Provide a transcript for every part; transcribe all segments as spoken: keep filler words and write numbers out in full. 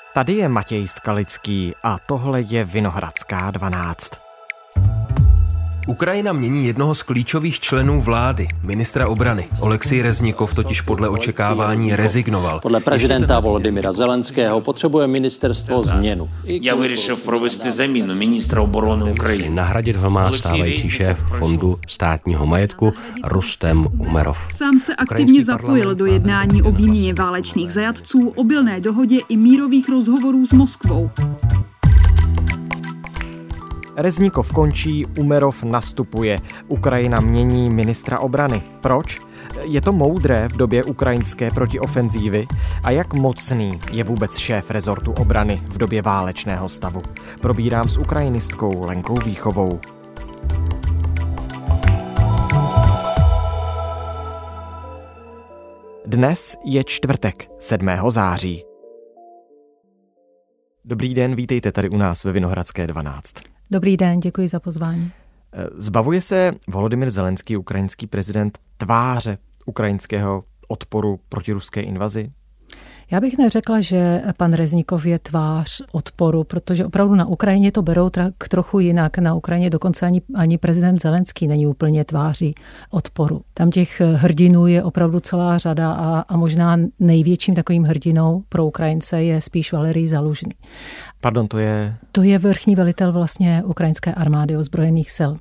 Tady je Matěj Skalický a tohle je Vinohradská dvanáct. Ukrajina mění jednoho z klíčových členů vlády, ministra obrany. Oleksij Reznikov totiž podle očekávání rezignoval. Podle prezidenta Volodymyra Zelenského potřebuje ministerstvo změnu. Já vyřešil provést zamínu ministra obrany Ukrajiny. Nahradit ho má stávající šéf Fondu státního majetku Rustem Umerov. Sám se aktivně zapojil do jednání o výměně válečných zajatců, obilné dohodě i mírových rozhovorů s Moskvou. Reznikov končí, Umerov nastupuje. Ukrajina mění ministra obrany. Proč? Je to moudré v době ukrajinské protiofenzívy? A jak mocný je vůbec šéf rezortu obrany v době válečného stavu? Probírám s ukrajinistkou Lenkou Výchovou. Dnes je čtvrtek, sedmého září. Dobrý den, vítejte tady u nás ve Vinohradské dvanáct. Dobrý den, děkuji za pozvání. Zbavuje se Volodymyr Zelenský, ukrajinský prezident, tváře ukrajinského odporu proti ruské invazi? Já bych neřekla, že pan Reznikov je tvář odporu, protože opravdu na Ukrajině to berou tak trochu jinak. Na Ukrajině dokonce ani, ani prezident Zelenský není úplně tváří odporu. Tam těch hrdinů je opravdu celá řada a, a možná největším takovým hrdinou pro Ukrajince je spíš Valerij Zalužný. Pardon, to je... To je vrchní velitel vlastně ukrajinské armády ozbrojených sil.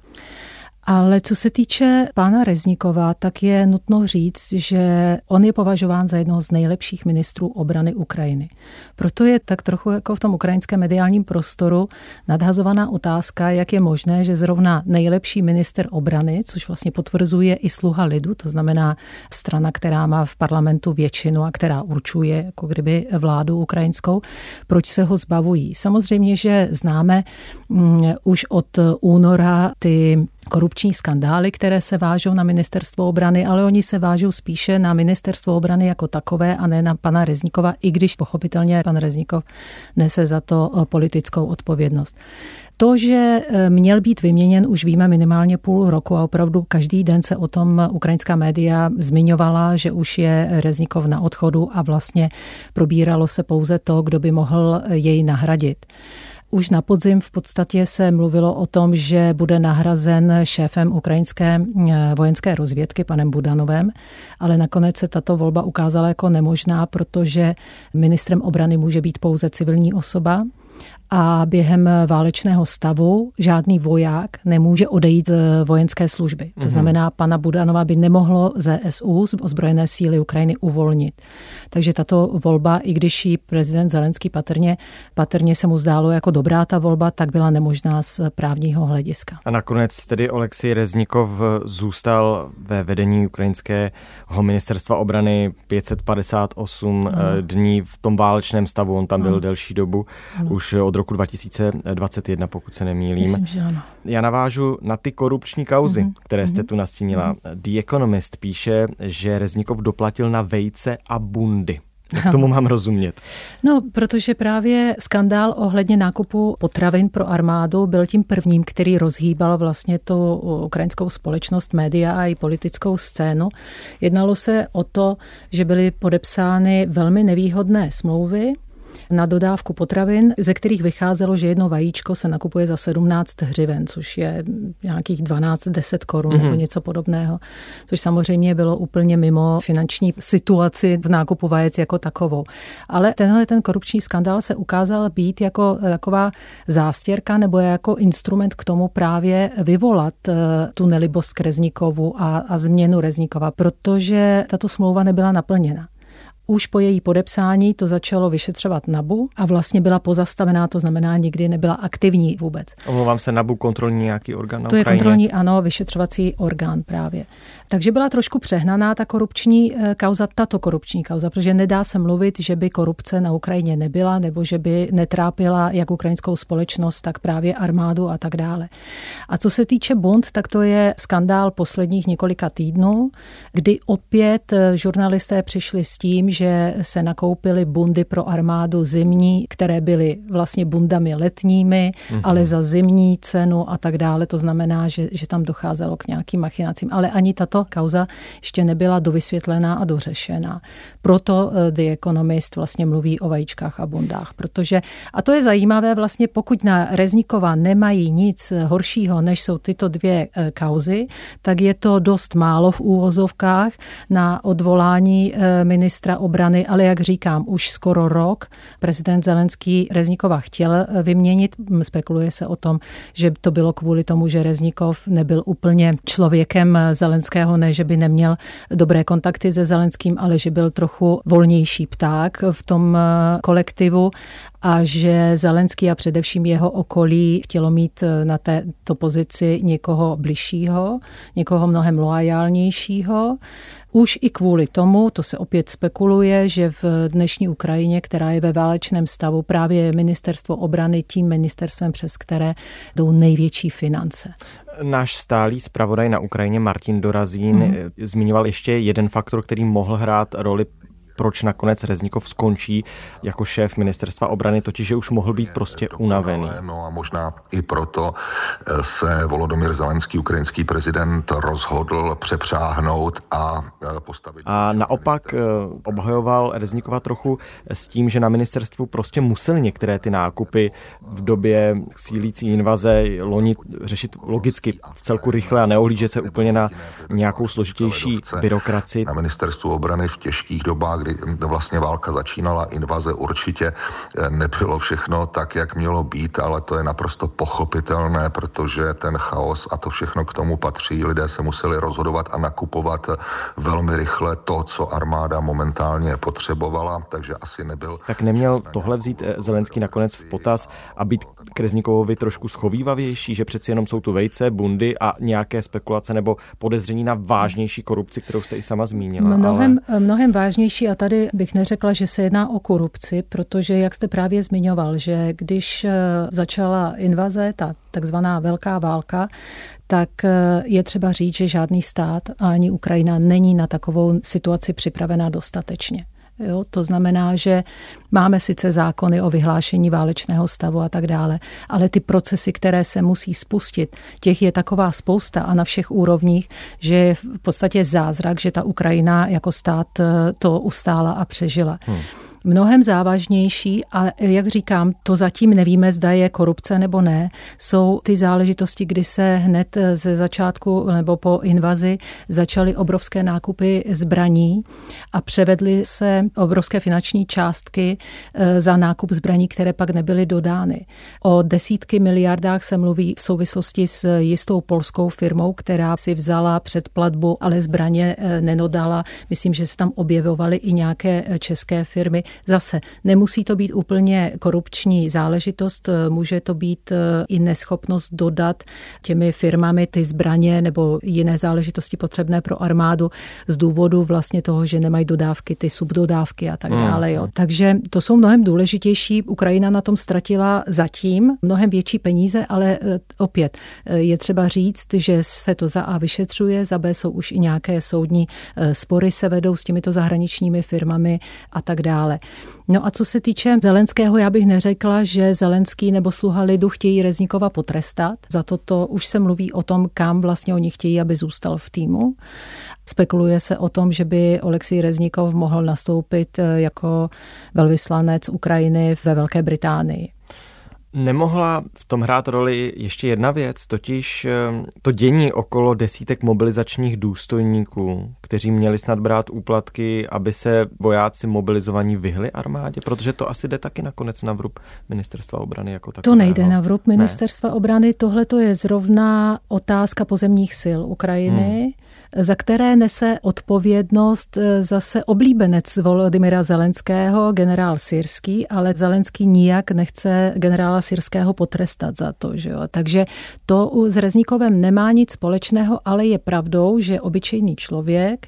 Ale co se týče pána Reznikova, tak je nutno říct, že on je považován za jednoho z nejlepších ministrů obrany Ukrajiny. Proto je tak trochu jako v tom ukrajinském mediálním prostoru nadhazovaná otázka, jak je možné, že zrovna nejlepší minister obrany, což vlastně potvrzuje i sluha lidu, to znamená strana, která má v parlamentu většinu a která určuje jako kdyby vládu ukrajinskou, proč se ho zbavují. Samozřejmě, že známe um, už od února ty korupční skandály, které se vážou na ministerstvo obrany, ale oni se vážou spíše na ministerstvo obrany jako takové a ne na pana Reznikova, i když pochopitelně pan Reznikov nese za to politickou odpovědnost. To, že měl být vyměněn, už víme minimálně půl roku a opravdu každý den se o tom ukrajinská média zmiňovala, že už je Reznikov na odchodu a vlastně probíralo se pouze to, kdo by mohl jej nahradit. Už na podzim v podstatě se mluvilo o tom, že bude nahrazen šéfem ukrajinské vojenské rozvědky, panem Budanovem, ale nakonec se tato volba ukázala jako nemožná, protože ministrem obrany může být pouze civilní osoba a během válečného stavu žádný voják nemůže odejít z vojenské služby. To znamená, pana Budanova by nemohlo Z S U, ozbrojené síly Ukrajiny, uvolnit. Takže tato volba, i když ji prezident Zelenský patrně, patrně se mu zdálo jako dobrá ta volba, tak byla nemožná z právního hlediska. A nakonec tedy Oleksij Reznikov zůstal ve vedení ukrajinského ministerstva obrany pět set padesát osm no. dní v tom válečném stavu. On tam byl no. delší dobu, no. už od roku dva tisíce dvacet jedna, pokud se nemýlím. Myslím, že ano. Já navážu na ty korupční kauzy, mm-hmm. které jste tu nastínila. Mm-hmm. The Economist píše, že Reznikov doplatil na vejce a bundy. Jak tomu mám rozumět? No, protože právě skandál ohledně nákupu potravin pro armádu byl tím prvním, který rozhýbal vlastně tu ukrajinskou společnost, média a i politickou scénu. Jednalo se o to, že byly podepsány velmi nevýhodné smlouvy na dodávku potravin, ze kterých vycházelo, že jedno vajíčko se nakupuje za sedmnáct hřiven, což je nějakých dvanáct deset korun mm-hmm. nebo něco podobného. Což samozřejmě bylo úplně mimo finanční situaci v nákupu vajec jako takovou. Ale tenhle ten korupční skandál se ukázal být jako taková zástěrka nebo jako instrument k tomu právě vyvolat tu nelibost k Reznikovu a, a změnu Reznikova, protože tato smlouva nebyla naplněna. Už po její podepsání to začalo vyšetřovat NABU a vlastně byla pozastavená, to znamená nikdy nebyla aktivní vůbec. Omlouvám se, NABU, kontrolní nějaký orgán na To Ukrajině? je kontrolní, ano, vyšetřovací orgán právě. Takže byla trošku přehnaná ta korupční kauza, tato korupční kauza, protože nedá se mluvit, že by korupce na Ukrajině nebyla, nebo že by netrápila jak ukrajinskou společnost, tak právě armádu a tak dále. A co se týče bund, tak to je skandál posledních několika týdnů, kdy opět žurnalisté přišli s tím, že se nakoupily bundy pro armádu zimní, které byly vlastně bundami letními, mm-hmm. ale za zimní cenu a tak dále. To znamená, že, že tam docházelo k nějakým machinacím. Ale ani tato kauza ještě nebyla dovysvětlená a dořešená. Proto The Economist vlastně mluví o vajíčkách a bundách. Protože, a to je zajímavé, vlastně pokud na Rezníkova nemají nic horšího, než jsou tyto dvě kauzy, tak je to dost málo v úvozovkách na odvolání ministra obrany, ale jak říkám, už skoro rok prezident Zelenský Rezníkova chtěl vyměnit. Spekuluje se o tom, že to bylo kvůli tomu, že Rezníkov nebyl úplně člověkem Zelenského, ne, že by neměl dobré kontakty se Zelenským, ale že byl trochu volnější pták v tom kolektivu a že Zelenský a především jeho okolí chtělo mít na této pozici někoho bližšího, někoho mnohem loajálnějšího. Už i kvůli tomu, to se opět spekuluje, že v dnešní Ukrajině, která je ve válečném stavu, právě ministerstvo obrany tím ministerstvem, přes které jdou největší finance. Náš stálý zpravodaj na Ukrajině Martin Dorazín hmm. zmiňoval ještě jeden faktor, který mohl hrát roli, proč nakonec Rezníkov skončí jako šéf ministerstva obrany, totiž, že už mohl být prostě unavený. No a možná i proto se Volodymyr Zelenský, ukrajinský prezident, rozhodl přepřáhnout a postavit... A naopak obhajoval Rezníkova trochu s tím, že na ministerstvu prostě musel některé ty nákupy v době sílící invaze loni řešit logicky v celku rychle a neohlížet se úplně na nějakou složitější byrokracii. Na ministerstvu obrany v těžkých dobách, kdy vlastně válka začínala, invaze určitě nebylo všechno tak, jak mělo být, ale to je naprosto pochopitelné, protože ten chaos a to všechno k tomu patří. Lidé se museli rozhodovat a nakupovat velmi rychle to, co armáda momentálně potřebovala, takže asi nebyl... Tak neměl tohle vzít Zelenský nakonec v potaz a být k Rezníkovovi trošku schovývavější, že přeci jenom jsou tu vejce, bundy a nějaké spekulace nebo podezření na vážnější korupci, kterou jste i sama zmínila. Mnohem, ale... mnohem vážnější a tady bych neřekla, že se jedná o korupci, protože jak jste právě zmiňoval, že když začala invaze, ta takzvaná velká válka, tak je třeba říct, že žádný stát a ani Ukrajina není na takovou situaci připravená dostatečně. Jo, to znamená, že máme sice zákony o vyhlášení válečného stavu a tak dále, ale ty procesy, které se musí spustit, těch je taková spousta a na všech úrovních, že je v podstatě zázrak, že ta Ukrajina jako stát to ustála a přežila. Hmm. Mnohem závažnější, ale jak říkám, to zatím nevíme, zda je korupce nebo ne, jsou ty záležitosti, kdy se hned ze začátku nebo po invazi začaly obrovské nákupy zbraní a převedly se obrovské finanční částky za nákup zbraní, které pak nebyly dodány. O desítky miliardách se mluví v souvislosti s jistou polskou firmou, která si vzala předplatbu, ale zbraně nenodala. Myslím, že se tam objevovaly i nějaké české firmy. Zase nemusí to být úplně korupční záležitost, může to být i neschopnost dodat těmi firmami ty zbraně nebo jiné záležitosti potřebné pro armádu z důvodu vlastně toho, že nemají dodávky, ty subdodávky a tak dále. Jo. Takže to jsou mnohem důležitější. Ukrajina na tom ztratila zatím mnohem větší peníze, ale opět je třeba říct, že se to za A vyšetřuje, za B jsou už i nějaké soudní spory se vedou s těmito zahraničními firmami a tak dále. No a co se týče Zelenského, já bych neřekla, že Zelenský nebo sluha lidu chtějí Rezníkova potrestat. Za to, to už se mluví o tom, kam vlastně oni chtějí, aby zůstal v týmu. Spekuluje se o tom, že by Oleksij Rezníkov mohl nastoupit jako velvyslanec Ukrajiny ve Velké Británii. Nemohla v tom hrát roli ještě jedna věc, totiž to dění okolo desítek mobilizačních důstojníků, kteří měli snad brát úplatky, aby se vojáci mobilizovaní vyhli armádě, protože to asi jde taky nakonec na vrub ministerstva obrany jako takového. To nejde na vrub ministerstva ne. obrany, tohle to je zrovna otázka pozemních sil Ukrajiny, hmm. za které nese odpovědnost zase oblíbenec Volodymyra Zelenského, generál Syrský, ale Zelenský nijak nechce generála Syrského potrestat za to. Že jo? Takže to s Rezníkovem nemá nic společného, ale je pravdou, že obyčejný člověk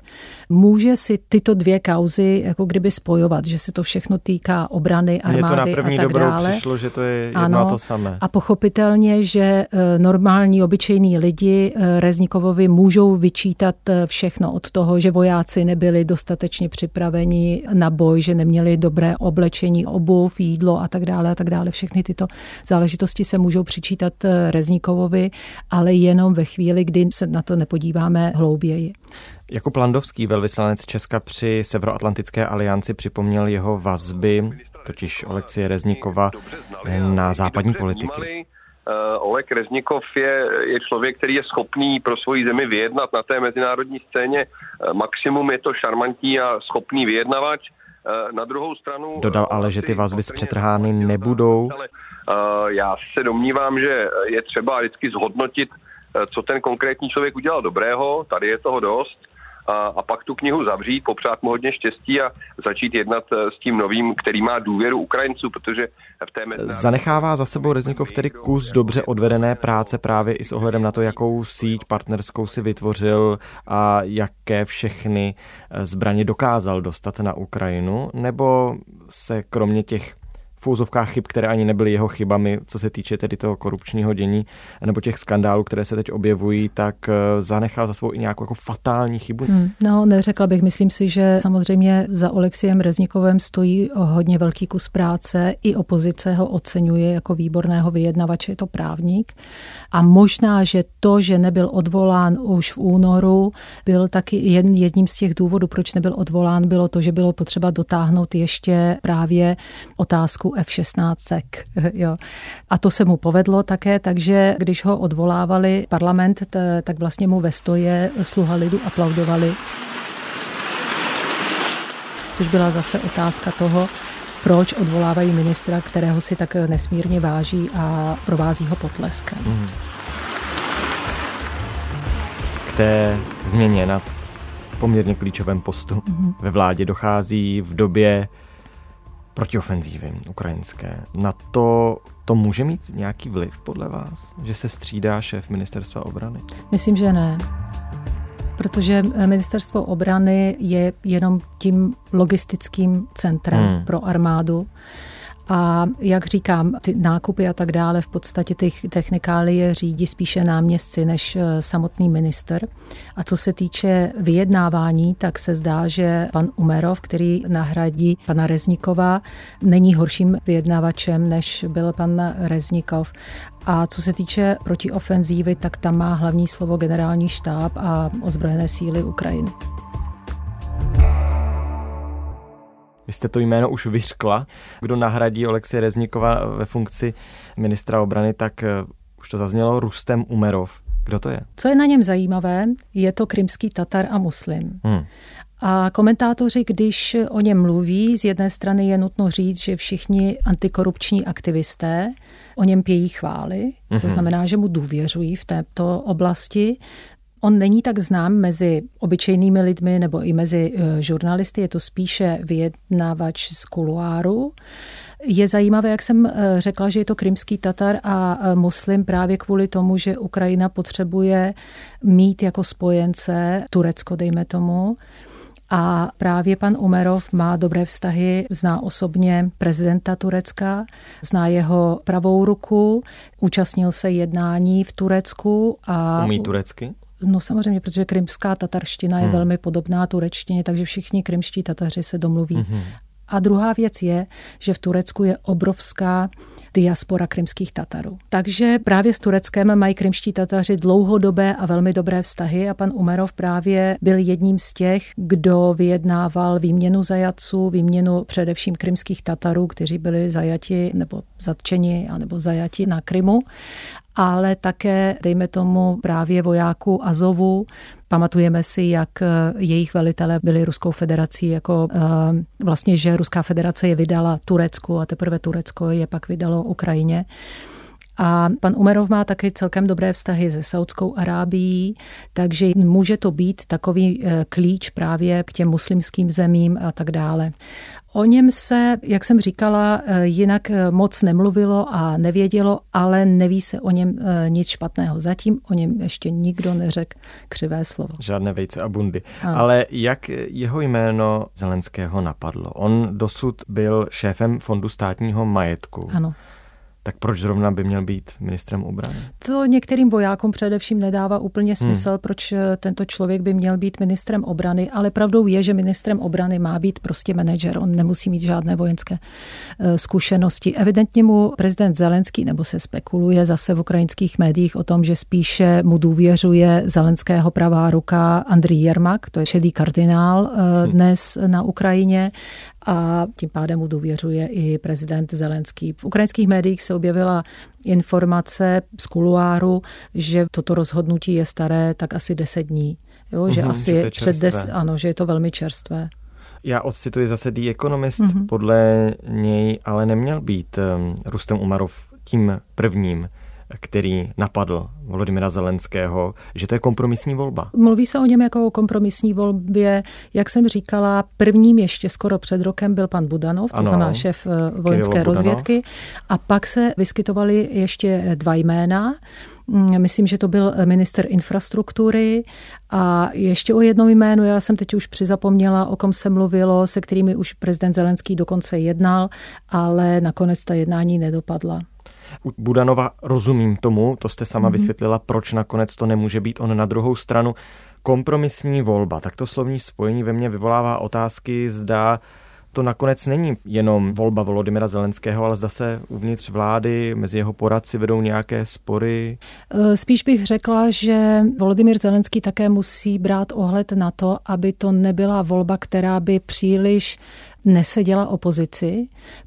může si tyto dvě kauzy jako kdyby spojovat, že se to všechno týká obrany, armády a tak dále. Mně to na první dobrou přišlo, že to je jedno ano, a to samé. A pochopitelně, že normální, obyčejní lidi Reznikovovi můžou vyčítat všechno od toho, že vojáci nebyli dostatečně připraveni na boj, že neměli dobré oblečení, obuv, jídlo a tak dále a tak dále. Všechny tyto záležitosti se můžou přičítat Reznikovovi, ale jenom ve chvíli, kdy se na to nepodíváme hlouběji. Jakub Landovský, velvyslanec Česka při Severoatlantické alianci, připomněl jeho vazby, totiž Olexie Reznikova, na západní politiky. Oleg Reznikov je, je člověk, který je schopný pro svoji zemi vyjednat na té mezinárodní scéně. Maximum je to šarmantní a schopný vyjednavač. Na druhou stranu... Dodal ale, že ty vazby zpřetrhány nebudou. Já se domnívám, že je třeba vždycky zhodnotit, co ten konkrétní člověk udělal dobrého, tady je toho dost, a, a pak tu knihu zavřít, popřát mu hodně štěstí a začít jednat s tím novým, který má důvěru Ukrajinců, protože v té mezinárodní... Zanechává za sebou Reznikov tedy kus dobře odvedené práce právě i s ohledem na to, jakou síť partnerskou si vytvořil a jaké všechny zbraně dokázal dostat na Ukrajinu, nebo se kromě těch v úzovkách chyb, které ani nebyly jeho chybami, co se týče tedy toho korupčního dění nebo těch skandálů, které se teď objevují, tak zanechal za svou i nějakou jako fatální chybu? Hmm, no, neřekla bych. Myslím si, že samozřejmě za Oleksiem Reznikovem stojí hodně velký kus práce. I opozice ho oceňuje jako výborného vyjednavače, je to právník. A možná, že to, že nebyl odvolán už v únoru, byl taky jedním z těch důvodů, proč nebyl odvolán, bylo to, že bylo potřeba dotáhnout ještě právě otázku F šestnáct. Jo. A to se mu povedlo také, takže když ho odvolávali parlament, tak vlastně mu ve stoje sluha lidu aplaudovali. Což byla zase otázka toho, proč odvolávají ministra, kterého si tak nesmírně váží a provází ho potleskem. Mm. K té změně na poměrně klíčovém postu mm. ve vládě dochází v době protiofenzívy ukrajinské. Na to to může mít nějaký vliv podle vás, že se střídá šéf ministerstva obrany? Myslím, že ne. Protože ministerstvo obrany je jenom tím logistickým centrem hmm. pro armádu. A jak říkám, ty nákupy a tak dále, v podstatě těch technikálie řídí spíše náměstci než samotný minister. A co se týče vyjednávání, tak se zdá, že pan Umerov, který nahradí pana Reznikova, není horším vyjednávačem, než byl pan Reznikov. A co se týče protiofenzívy, tak tam má hlavní slovo generální štáb a ozbrojené síly Ukrajiny. Vy jste to jméno už vyřkla. Kdo nahradí Olexie Reznikova ve funkci ministra obrany, tak už to zaznělo, Rustem Umerov. Kdo to je? Co je na něm zajímavé, je to krymský Tatar a muslim. Hmm. A komentátoři, když o něm mluví, z jedné strany je nutno říct, že všichni antikorupční aktivisté o něm pějí chvály. Hmm. To znamená, že mu důvěřují v této oblasti. On není tak znám mezi obyčejnými lidmi nebo i mezi žurnalisty, je to spíše vyjednávač z kuluáru. Je zajímavé, jak jsem řekla, že je to krymský Tatar a muslim právě kvůli tomu, že Ukrajina potřebuje mít jako spojence Turecko, dejme tomu. A právě pan Umerov má dobré vztahy, zná osobně prezidenta Turecka, zná jeho pravou ruku, účastnil se jednání v Turecku. A umí turecky? No samozřejmě, protože krymská tatarština je hmm. velmi podobná turečtině, takže všichni krymští Tataři se domluví. Hmm. A druhá věc je, že v Turecku je obrovská diaspora krymských Tatarů. Takže právě s Tureckem mají krymští Tataři dlouhodobé a velmi dobré vztahy a pan Umerov právě byl jedním z těch, kdo vyjednával výměnu zajatců, výměnu především krymských Tatarů, kteří byli zajati nebo zatčeni nebo zajati na Krymu, ale také, dejme tomu, právě vojáků Azovu. Pamatujeme si, jak jejich velitelé byli Ruskou federací, jako vlastně, že Ruská federace je vydala Turecku a teprve Turecko je pak vydalo Ukrajině. A pan Umerov má taky celkem dobré vztahy se Saudskou Arábií, takže může to být takový klíč právě k těm muslimským zemím a tak dále. O něm se, jak jsem říkala, jinak moc nemluvilo a nevědělo, ale neví se o něm nic špatného. Zatím o něm ještě nikdo neřekl křivé slovo. Žádné vejce a bundy. A. Ale jak jeho jméno Zelenského napadlo? On dosud byl šéfem Fondu státního majetku. Ano. Tak proč zrovna by měl být ministrem obrany? To některým vojákům především nedává úplně smysl, hmm. proč tento člověk by měl být ministrem obrany, ale pravdou je, že ministrem obrany má být prostě manažer. On nemusí mít žádné vojenské zkušenosti. Evidentně mu prezident Zelenský, nebo se spekuluje zase v ukrajinských médiích o tom, že spíše mu důvěřuje Zelenského pravá ruka Andrij Jermak, to je šedý kardinál dnes na Ukrajině, a tím pádem mu důvěřuje i prezident Zelenský. V ukrajinských médiích se objevila informace z kuluáru, že toto rozhodnutí je staré tak asi deset dní. Jo, že uhum, asi že před des, ano, že je to velmi čerstvé. Já odcituji zase The Economist, uhum. Podle něj ale neměl být um, Rustem Umerov tím prvním, který napadl Volodymyra Zelenského, že to je kompromisní volba. Mluví se o něm jako o kompromisní volbě. Jak jsem říkala, prvním ještě skoro před rokem byl pan Budanov, to ano, znamená šéf vojenské rozvědky. A pak se vyskytovaly ještě dva jména. Myslím, že to byl minister infrastruktury a ještě o jednom jménu, já jsem teď už přizapomněla, o kom se mluvilo, se kterými už prezident Zelenský dokonce jednal, ale nakonec ta jednání nedopadla. U Budanova rozumím tomu, to jste sama mm-hmm. vysvětlila, proč nakonec to nemůže být. On na druhou stranu kompromisní volba. Tak to slovní spojení ve mně vyvolává otázky, zda to nakonec není jenom volba Volodymyra Zelenského, ale zase uvnitř vlády, mezi jeho poradci vedou nějaké spory. Spíš bych řekla, že Volodymyr Zelenský také musí brát ohled na to, aby to nebyla volba, která by příliš neseděla opozici,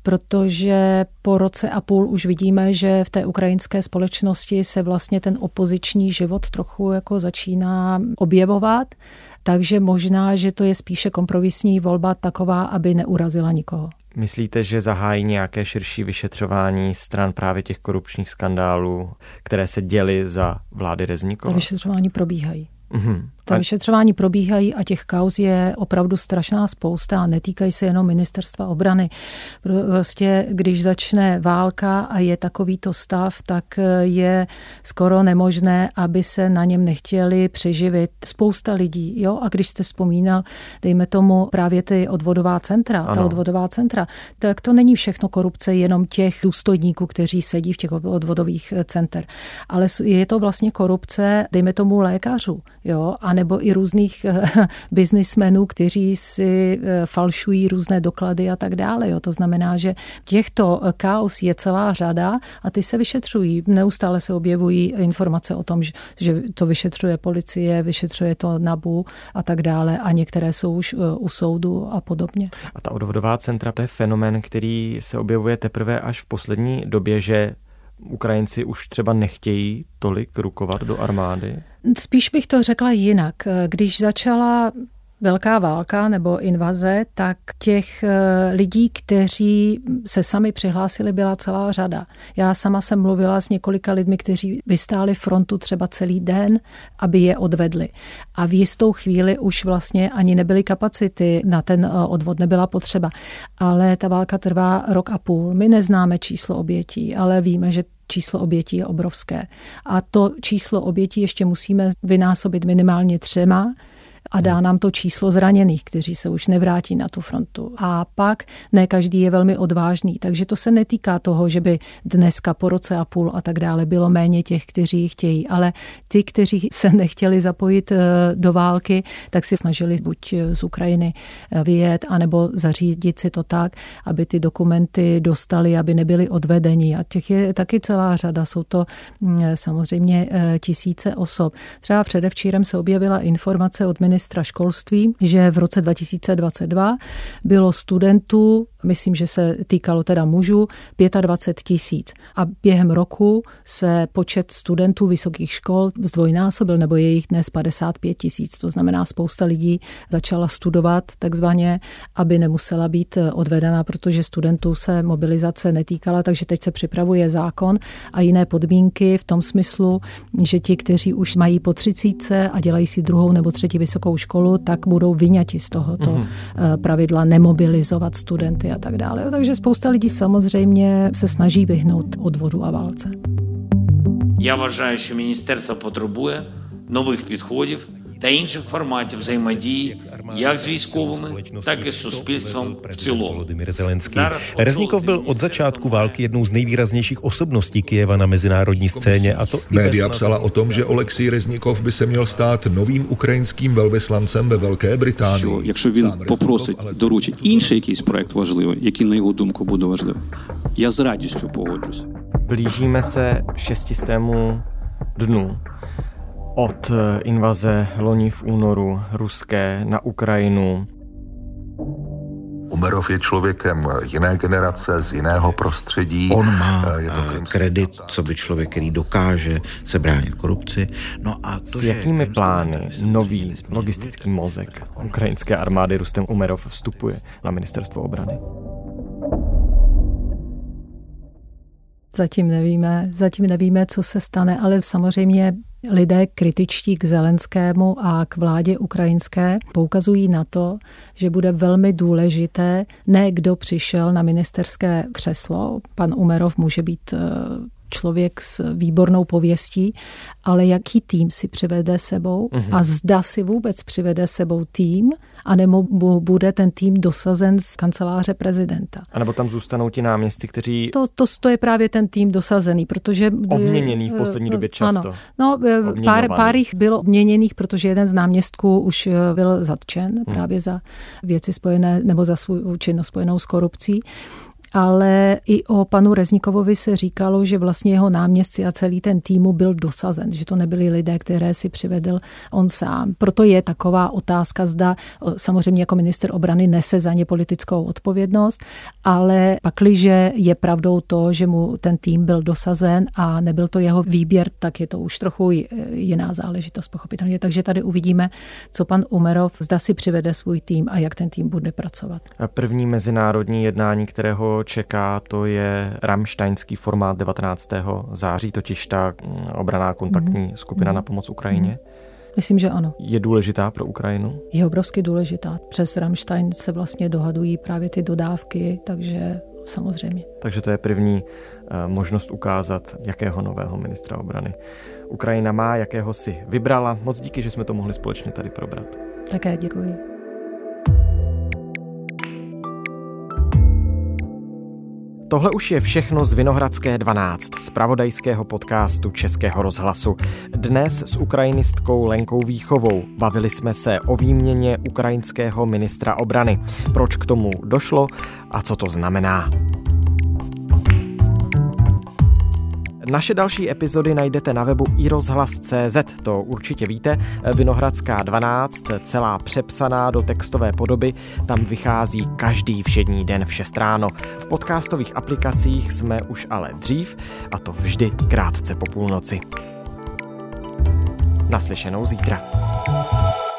protože po roce a půl už vidíme, že v té ukrajinské společnosti se vlastně ten opoziční život trochu jako začíná objevovat, takže možná, že to je spíše kompromisní volba taková, aby neurazila nikoho. Myslíte, že zahájí nějaké širší vyšetřování stran právě těch korupčních skandálů, které se děly za vlády Reznikova? Ta vyšetřování probíhají. Mm-hmm. Ta vyšetřování probíhají a těch kauz je opravdu strašná spousta a netýkají se jenom ministerstva obrany. Prostě když začne válka a je takovýto stav, tak je skoro nemožné, aby se na něm nechtěli přeživit spousta lidí. Jo? A když jste vzpomínal, dejme tomu právě ty odvodová centra, ano. ta odvodová centra, tak to není všechno korupce jenom těch důstojníků, kteří sedí v těch odvodových center. Ale je to vlastně korupce, dejme tomu lékařů, jo, a nebo i různých biznismenů, kteří si falšují různé doklady a tak dále. Jo. To znamená, že těchto kauz je celá řada a ty se vyšetřují. Neustále se objevují informace o tom, že to vyšetřuje policie, vyšetřuje to NABU a tak dále a některé jsou už u soudu a podobně. A ta odvodová centra, to je fenomén, který se objevuje teprve až v poslední době, že Ukrajinci už třeba nechtějí tolik rukovat do armády? Spíš bych to řekla jinak. Když začala velká válka nebo invaze, tak těch lidí, kteří se sami přihlásili, byla celá řada. Já sama jsem mluvila s několika lidmi, kteří vystáli frontu třeba celý den, aby je odvedli. A v jistou chvíli už vlastně ani nebyly kapacity na ten odvod, nebyla potřeba. Ale ta válka trvá rok a půl. My neznáme číslo obětí, ale víme, že číslo obětí je obrovské. A to číslo obětí ještě musíme vynásobit minimálně třema, a dá nám to číslo zraněných, kteří se už nevrátí na tu frontu. A pak ne každý je velmi odvážný, takže to se netýká toho, že by dneska po roce a půl a tak dále bylo méně těch, kteří chtějí, ale ty, kteří se nechtěli zapojit do války, tak si snažili buď z Ukrajiny vyjet, anebo zařídit si to tak, aby ty dokumenty dostali, aby nebyli odvedeni. A těch je taky celá řada, jsou to samozřejmě tisíce osob. Třeba předevčírem se objevila informace od ministra školství, že v roce dva tisíce dvacet dva bylo studentů myslím, že se týkalo teda mužů, dvacet pět tisíc. A během roku se počet studentů vysokých škol zdvojnásobil, nebo je jich dnes padesát pět tisíc. To znamená, spousta lidí začala studovat takzvaně, aby nemusela být odvedena, protože studentů se mobilizace netýkala, takže teď se připravuje zákon a jiné podmínky v tom smyslu, že ti, kteří už mají po třicítce a dělají si druhou nebo třetí vysokou školu, tak budou vyňati z tohoto mm-hmm. pravidla nemobilizovat studenty a tak dále. Takže spousta lidí samozřejmě se snaží vyhnout odvodu a válce. Я вважаю, що міністерство потребує нових підходів та інших форматів взаємодії як з військовими, так і з суспільством в цілому. Reznikov byl od začátku války jednou z nejvýraznějších osobností Kyjeva na mezinárodní scéně. A to média psala o tom, že Oleksij Reznikov by se měl stát novým ukrajinským velvyslancem ve Velké Británii. Якщо він попросить доручити інший якийсь проект важливий, який на його думку буде важливий, я з радістю погоджусь. Blížíme se šestistému dnu od invaze loni v únoru ruské na Ukrajinu. Umerov je člověkem jiné generace, z jiného prostředí. On má kredit, co by člověk, který dokáže se bránit korupci. No a to, s jakými plány nový logistický mozek ukrajinské armády Rustem Umerov vstupuje na ministerstvo obrany? Zatím nevíme, zatím nevíme, co se stane, ale samozřejmě lidé kritičtí k Zelenskému a k vládě ukrajinské poukazují na to, že bude velmi důležité, ne kdo přišel na ministerské křeslo, pan Umerov může být člověk s výbornou pověstí, ale jaký tým si přivede sebou mm-hmm. a zda si vůbec přivede sebou tým, anebo bude ten tým dosazen z kanceláře prezidenta. A nebo tam zůstanou ti náměstci, kteří... To, to, to je právě ten tým dosazený, protože... Obměněný v poslední době často. Ano. No, pár, pár jich bylo obměněných, protože jeden z náměstků už byl zatčen hmm. právě za věci spojené, nebo za svou činnost spojenou s korupcí. Ale i o panu Reznikovovi se říkalo, že vlastně jeho náměstci a celý ten týmu byl dosazen, že to nebyli lidé, které si přivedl on sám. Proto je taková otázka, zda samozřejmě jako ministr obrany nese za ně politickou odpovědnost, ale pakliže je pravdou to, že mu ten tým byl dosazen a nebyl to jeho výběr, tak je to už trochu jiná záležitost, pochopitelně. Takže tady uvidíme, co pan Umerov, zda si přivede svůj tým a jak ten tým bude pracovat. První mezinárodní jednání, kterého čeká, to je Ramštejnský formát devatenáctého září, totiž ta obranná kontaktní mm-hmm. skupina na pomoc Ukrajině. Myslím, že ano. Je důležitá pro Ukrajinu? Je obrovsky důležitá. Přes Ramstein se vlastně dohadují právě ty dodávky, takže samozřejmě. Takže to je první uh, možnost ukázat, jakého nového ministra obrany Ukrajina má, jakého si vybrala. Moc díky, že jsme to mohli společně tady probrat. Také děkuji. Tohle už je všechno z Vinohradské dvanáct, z zpravodajského podcastu Českého rozhlasu. Dnes s ukrajinistkou Lenkou Víchovou bavili jsme se o výměně ukrajinského ministra obrany. Proč k tomu došlo a co to znamená? Naše další epizody najdete na webu i rozhlas tečka cé zet, to určitě víte. Vinohradská dvanáct, celá přepsaná do textové podoby, tam vychází každý všední den v šest ráno. V podcastových aplikacích jsme už ale dřív, a to vždy krátce po půlnoci. Naslyšenou zítra.